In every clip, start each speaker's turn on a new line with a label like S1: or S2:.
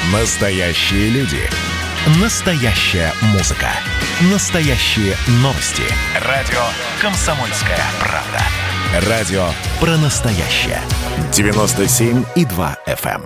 S1: Настоящие люди. Настоящая музыка. Настоящие новости. Радио «Комсомольская правда». Радио про настоящее. 97,2 FM.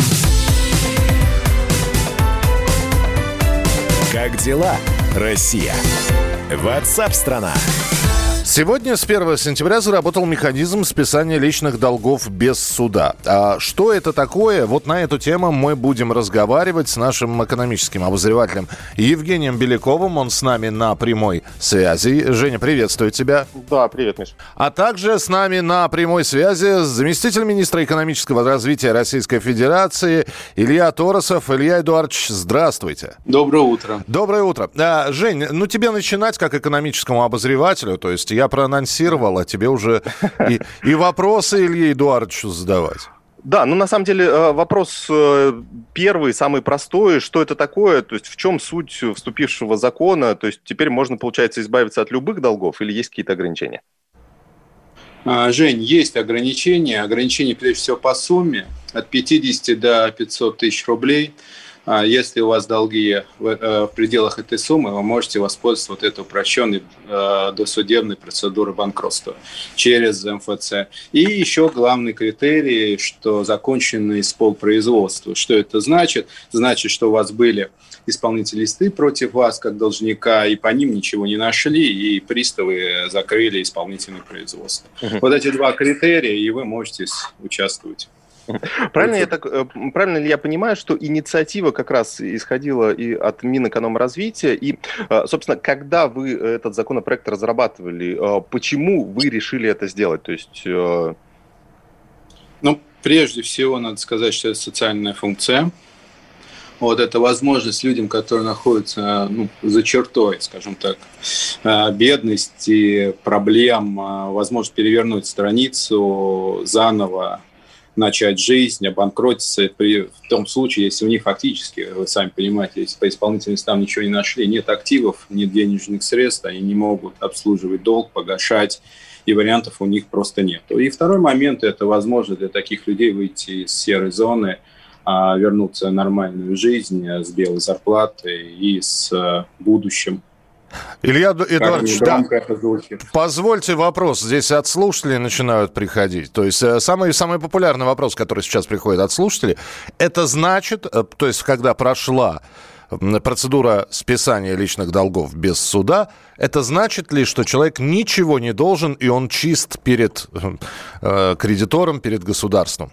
S1: Как дела, Россия? WhatsApp-страна.
S2: Сегодня, с 1 сентября, заработал механизм списания личных долгов без суда. А что это такое? Вот на эту тему мы будем разговаривать с нашим экономическим обозревателем Евгением Беляковым. Он с нами на прямой связи. Женя, приветствую тебя.
S3: Да, привет, Миш.
S2: А также с нами на прямой связи заместитель министра экономического развития Российской Федерации Илья Торосов. Илья Эдуардович, здравствуйте.
S4: Доброе утро.
S2: Доброе утро. Жень, тебе начинать как экономическому обозревателю, то есть я проанонсировал, а тебе уже и вопросы Илье Эдуардовичу задавать.
S3: Да, на самом деле вопрос первый, самый простой. Что это такое? То есть в чем суть вступившего закона? То есть теперь можно, получается, избавиться от любых долгов или есть какие-то ограничения?
S4: Жень, есть ограничения. Ограничения, прежде всего, по сумме. От 50 до 500 тысяч рублей. Если у вас долги в пределах этой суммы, вы можете воспользоваться вот этой упрощенной досудебной процедурой банкротства через МФЦ. И еще главный критерий, что закончено исполпроизводство. Что это значит? Значит, что у вас были исполнительные листы против вас как должника, и по ним ничего не нашли, и приставы закрыли исполнительное производство. Вот эти два критерия, и вы можете участвовать.
S3: Правильно ли я понимаю, что инициатива как раз исходила и от Минэкономразвития, и, собственно, когда вы этот законопроект разрабатывали, почему вы решили это сделать? То есть...
S4: Прежде всего, надо сказать, что это социальная функция. Вот это возможность людям, которые находятся за чертой, скажем так, бедности, проблем, возможность перевернуть страницу заново, начать жизнь, обанкротиться в том случае, если у них фактически, вы сами понимаете, если по исполнительным листам ничего не нашли, нет активов, нет денежных средств, они не могут обслуживать долг, погашать, и вариантов у них просто нет. И второй момент – это возможность для таких людей выйти из серой зоны, вернуться в нормальную жизнь с белой зарплатой и с будущим.
S2: Илья Эдуардович, да, позвольте вопрос. Здесь от слушателей начинают приходить. То есть самый популярный вопрос, который сейчас приходит от слушателей, это значит, то есть когда прошла процедура списания личных долгов без суда, это значит ли, что человек ничего не должен, и он чист перед кредитором, перед государством?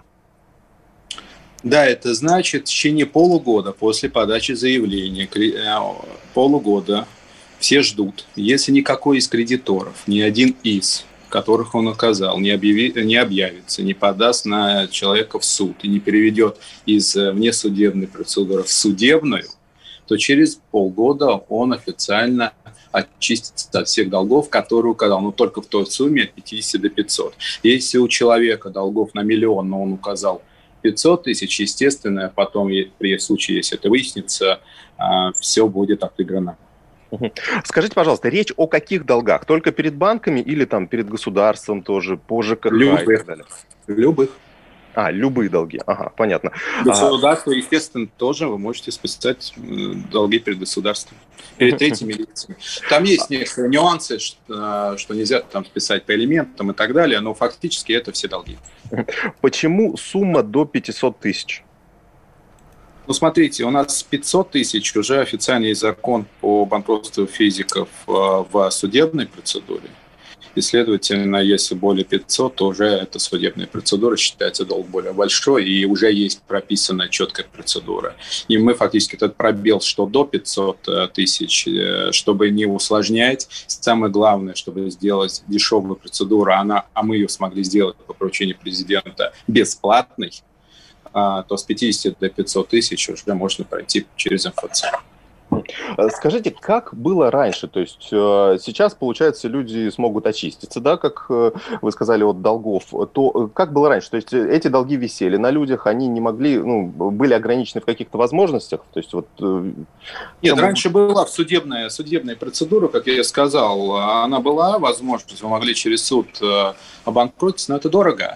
S4: Да, это значит, в течение полугода после подачи заявления, полугода, все ждут. Если никакой из кредиторов, ни один из, которых он указал, не объявится, не подаст на человека в суд и не переведет из внесудебной процедуры в судебную, то через полгода он официально очистится от всех долгов, которые указал, но только в той сумме от 50 до 500. Если у человека долгов на 1 миллион, но он указал 500 тысяч, естественно, потом, при случае, если это выяснится, все будет отыграно.
S3: Скажите, пожалуйста, речь о каких долгах? Только перед банками или там перед государством тоже, по ЖКХ и так далее?
S4: Любых.
S3: Любые долги. Ага, понятно.
S4: Государство, естественно, тоже вы можете списать долги перед государством, перед третьими лицами. Там есть некоторые нюансы, что нельзя там списать по элементам и так далее, но фактически это все долги.
S3: Почему сумма до 500 тысяч?
S4: Смотрите, у нас 500 тысяч уже официально есть закон по банкротству физиков в судебной процедуре. И, следовательно, если более 500, то уже эта судебная процедура считается долг более большой, и уже есть прописанная четкая процедура. И мы фактически этот пробел, что до 500 тысяч, чтобы не усложнять, самое главное, чтобы сделать дешевую процедуру, а мы ее смогли сделать по поручению президента бесплатной, то с 50 до 500 тысяч уже можно пройти через МФЦ.
S3: Скажите, как было раньше? То есть сейчас, получается, люди смогут очиститься, да, как вы сказали, от долгов. То как было раньше? То есть эти долги висели на людях, они не могли, были ограничены в каких-то возможностях? То есть
S4: Нет, раньше была судебная процедура, как я сказал, она была возможность, вы могли через суд обанкротиться, но это дорого.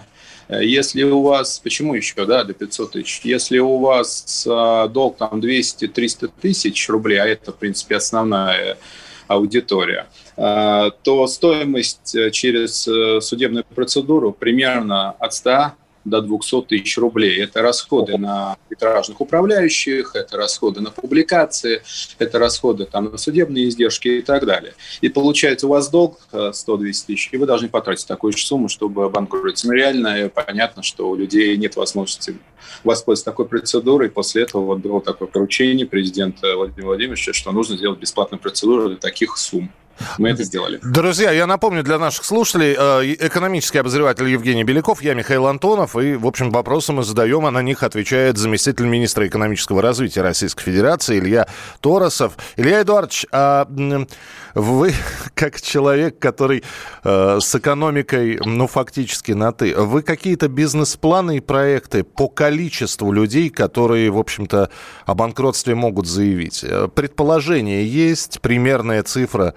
S4: Если у вас, почему еще, да, до 500 тысяч, если у вас долг там 200-300 тысяч рублей, а это, в принципе, основная аудитория, то стоимость через судебную процедуру примерно от 100 до 200 тысяч рублей. Это расходы на арбитражных управляющих, это расходы на публикации, это расходы там, на судебные издержки и так далее. И получается, у вас долг 100-200 тысяч, и вы должны потратить такую же сумму, чтобы обанкротиться. Но реально понятно, что у людей нет возможности воспользоваться такой процедурой. После этого вот было такое поручение президента Владимира Владимировича, что нужно сделать бесплатную процедуру для таких сумм. Мы это сделали.
S2: Друзья, я напомню для наших слушателей, экономический обозреватель Евгений Беляков, я Михаил Антонов, и, в общем, вопросы мы задаем, а на них отвечает заместитель министра экономического развития Российской Федерации Илья Торосов. Илья Эдуардович, вы, как человек, который с экономикой, ну, фактически на «ты», вы какие-то бизнес-планы и проекты по количеству людей, которые, в общем-то, о банкротстве могут заявить? Предположение есть, примерная цифра?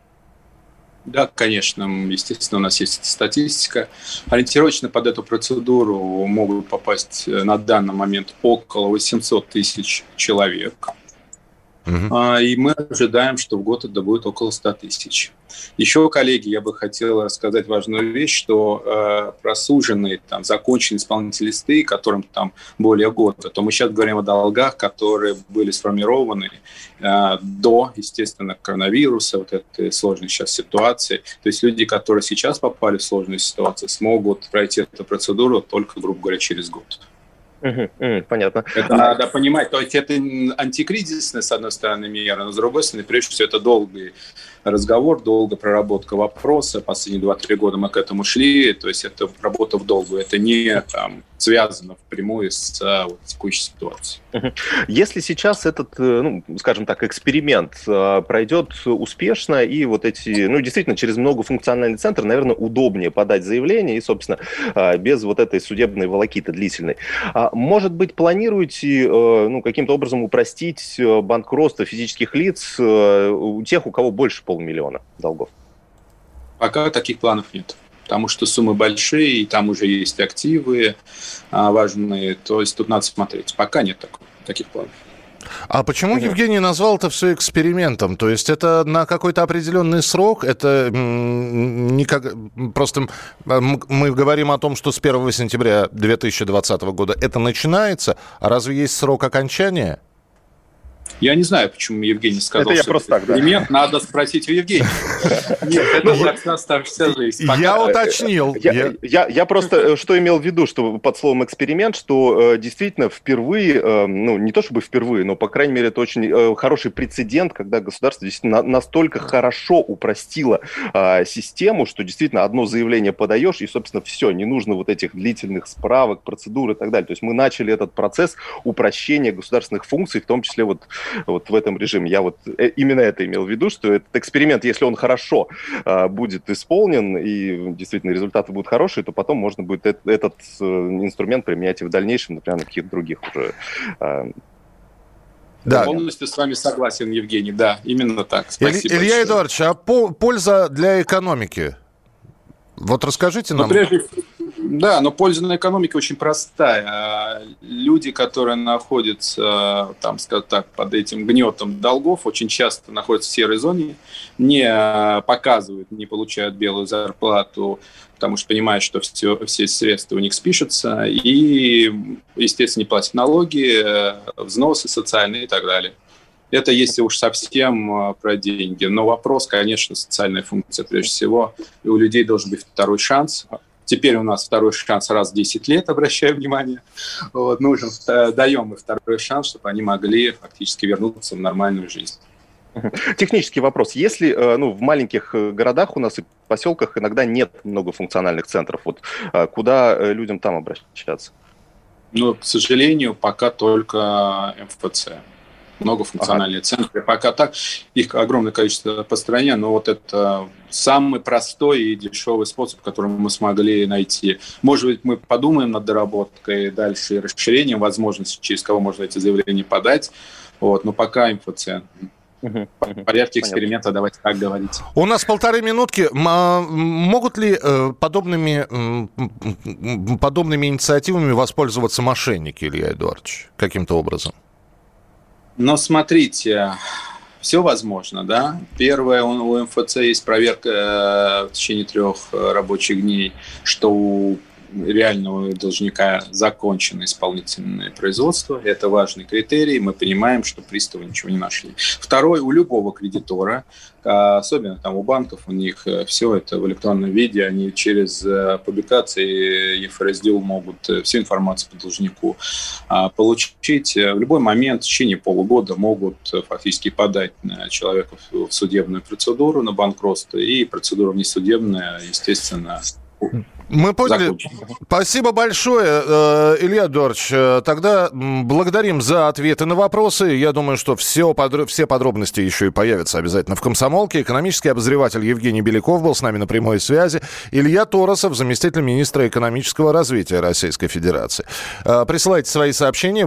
S4: Да, конечно, естественно, у нас есть статистика. Ориентировочно под эту процедуру могут попасть на данный момент около 800 тысяч человек. И мы ожидаем, что в год это будет около 100 тысяч. Еще, коллеги, я бы хотел рассказать важную вещь, что просуженные, там, законченные исполнительные листы, которым там более года, то мы сейчас говорим о долгах, которые были сформированы до, естественно, коронавируса, вот этой сложной сейчас ситуации. То есть люди, которые сейчас попали в сложную ситуацию, смогут пройти эту процедуру только, грубо говоря, через год.
S3: Понятно.
S4: Это надо понимать. То есть это антикризисная, с одной стороны, мера, но с другой стороны, прежде всего, это долгий разговор, долгая проработка вопроса. Последние 2-3 года мы к этому шли. То есть это работа в долгую. Это не там, связано впрямую с вот, текущей ситуацией.
S3: Если сейчас этот, ну, скажем так, эксперимент пройдет успешно, и вот эти, ну, действительно, через многофункциональный центр, наверное, удобнее подать заявление и, собственно, без вот этой судебной волокиты длительной. Может быть, планируете, ну, каким-то образом упростить банкротство физических лиц у тех, у кого больше 500 000 долгов?
S4: Пока таких планов нет. Потому что суммы большие, и там уже есть активы важные. То есть тут надо смотреть. Пока нет таких планов.
S2: А почему Евгений назвал это все экспериментом? То есть это на какой-то определенный срок? Это никак... Просто мы говорим о том, что с 1 сентября 2020 года это начинается. А разве есть срок окончания?
S4: Я не знаю, почему Евгений сказал,
S3: это
S4: что
S3: просто
S4: это эксперимент. Да. Надо спросить у Евгения. Нет, это оставшаяся жизнь.
S2: Я уточнил.
S3: Я просто что имел в виду, что под словом эксперимент, что действительно впервые, ну не то чтобы впервые, но, по крайней мере, это очень хороший прецедент, когда государство действительно настолько хорошо упростило систему, что действительно одно заявление подаешь, и, собственно, все, не нужно вот этих длительных справок, процедур и так далее. То есть мы начали этот процесс упрощения государственных функций, в том числе вот в этом режиме. Я вот именно это имел в виду, что этот эксперимент, если он хорошо будет исполнен и действительно результаты будут хорошие, то потом можно будет этот инструмент применять и в дальнейшем, например, на каких-то других уже.
S4: Да. Полностью с вами согласен, Евгений. Да, именно так.
S2: Спасибо. Илья Эдуардович, а польза для экономики? Вот расскажите нам.
S4: Да, но польза на экономике очень простая. Люди, которые находятся, там, скажем так, под этим гнетом долгов, очень часто находятся в серой зоне, не показывают, не получают белую зарплату, потому что понимают, что все средства у них спишутся, и, естественно, не платят налоги, взносы социальные и так далее. Это если уж совсем про деньги. Но вопрос, конечно, социальная функция прежде всего. И у людей должен быть второй шанс. Теперь у нас второй шанс раз в 10 лет, обращаю внимание. Вот, даем им второй шанс, чтобы они могли фактически вернуться в нормальную жизнь.
S3: Технический вопрос. Если в маленьких городах у нас и поселках иногда нет многофункциональных центров, вот куда людям там обращаться?
S4: Ну, к сожалению, пока только МФЦ. Многофункциональные центры. Пока так, их огромное количество по стране, но вот это самый простой и дешевый способ, который мы смогли найти. Может быть, мы подумаем над доработкой дальше и расширением возможностей, через кого можно эти заявления подать. Вот, но пока МФЦ. В порядке эксперимента, давайте так говорить.
S2: У нас 1,5 минутки. Могут ли подобными инициативами воспользоваться мошенники, Илья Эдуардович, каким-то образом?
S4: Но смотрите, все возможно, да. Первое, у МФЦ есть проверка в течение 3 рабочих дней, что у реального должника закончено исполнительное производство. Это важный критерий. Мы понимаем, что приставы ничего не нашли. Второй, у любого кредитора, особенно там у банков, у них все это в электронном виде, они через публикации ЕФРС-дел могут всю информацию по должнику получить. В любой момент в течение полугода могут фактически подать человека в судебную процедуру на банкротство, и процедура внесудебная, естественно,
S2: мы поняли. Спасибо большое, Илья Эдуардович. Тогда благодарим за ответы на вопросы. Я думаю, что все подробности еще и появятся обязательно в «Комсомолке». Экономический обозреватель Евгений Беляков был с нами на прямой связи. Илья Торосов, заместитель министра экономического развития Российской Федерации. Присылайте свои сообщения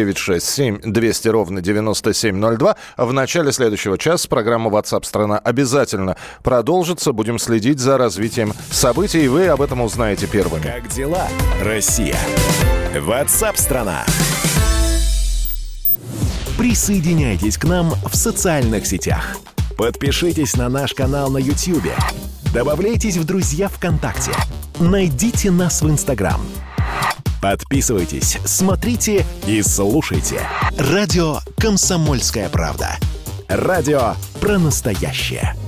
S2: 8-967-200-97-02. В начале следующего часа программа WhatsApp страна обязательно продолжится. Будем следить за развитием событий, и вы об этом узнаете первыми.
S1: Как дела, Россия? WhatsApp-страна. Присоединяйтесь к нам в социальных сетях. Подпишитесь на наш канал на YouTube. Добавляйтесь в друзья ВКонтакте. Найдите нас в Инстаграм. Подписывайтесь, смотрите и слушайте. Радио «Комсомольская правда». Радио про настоящее.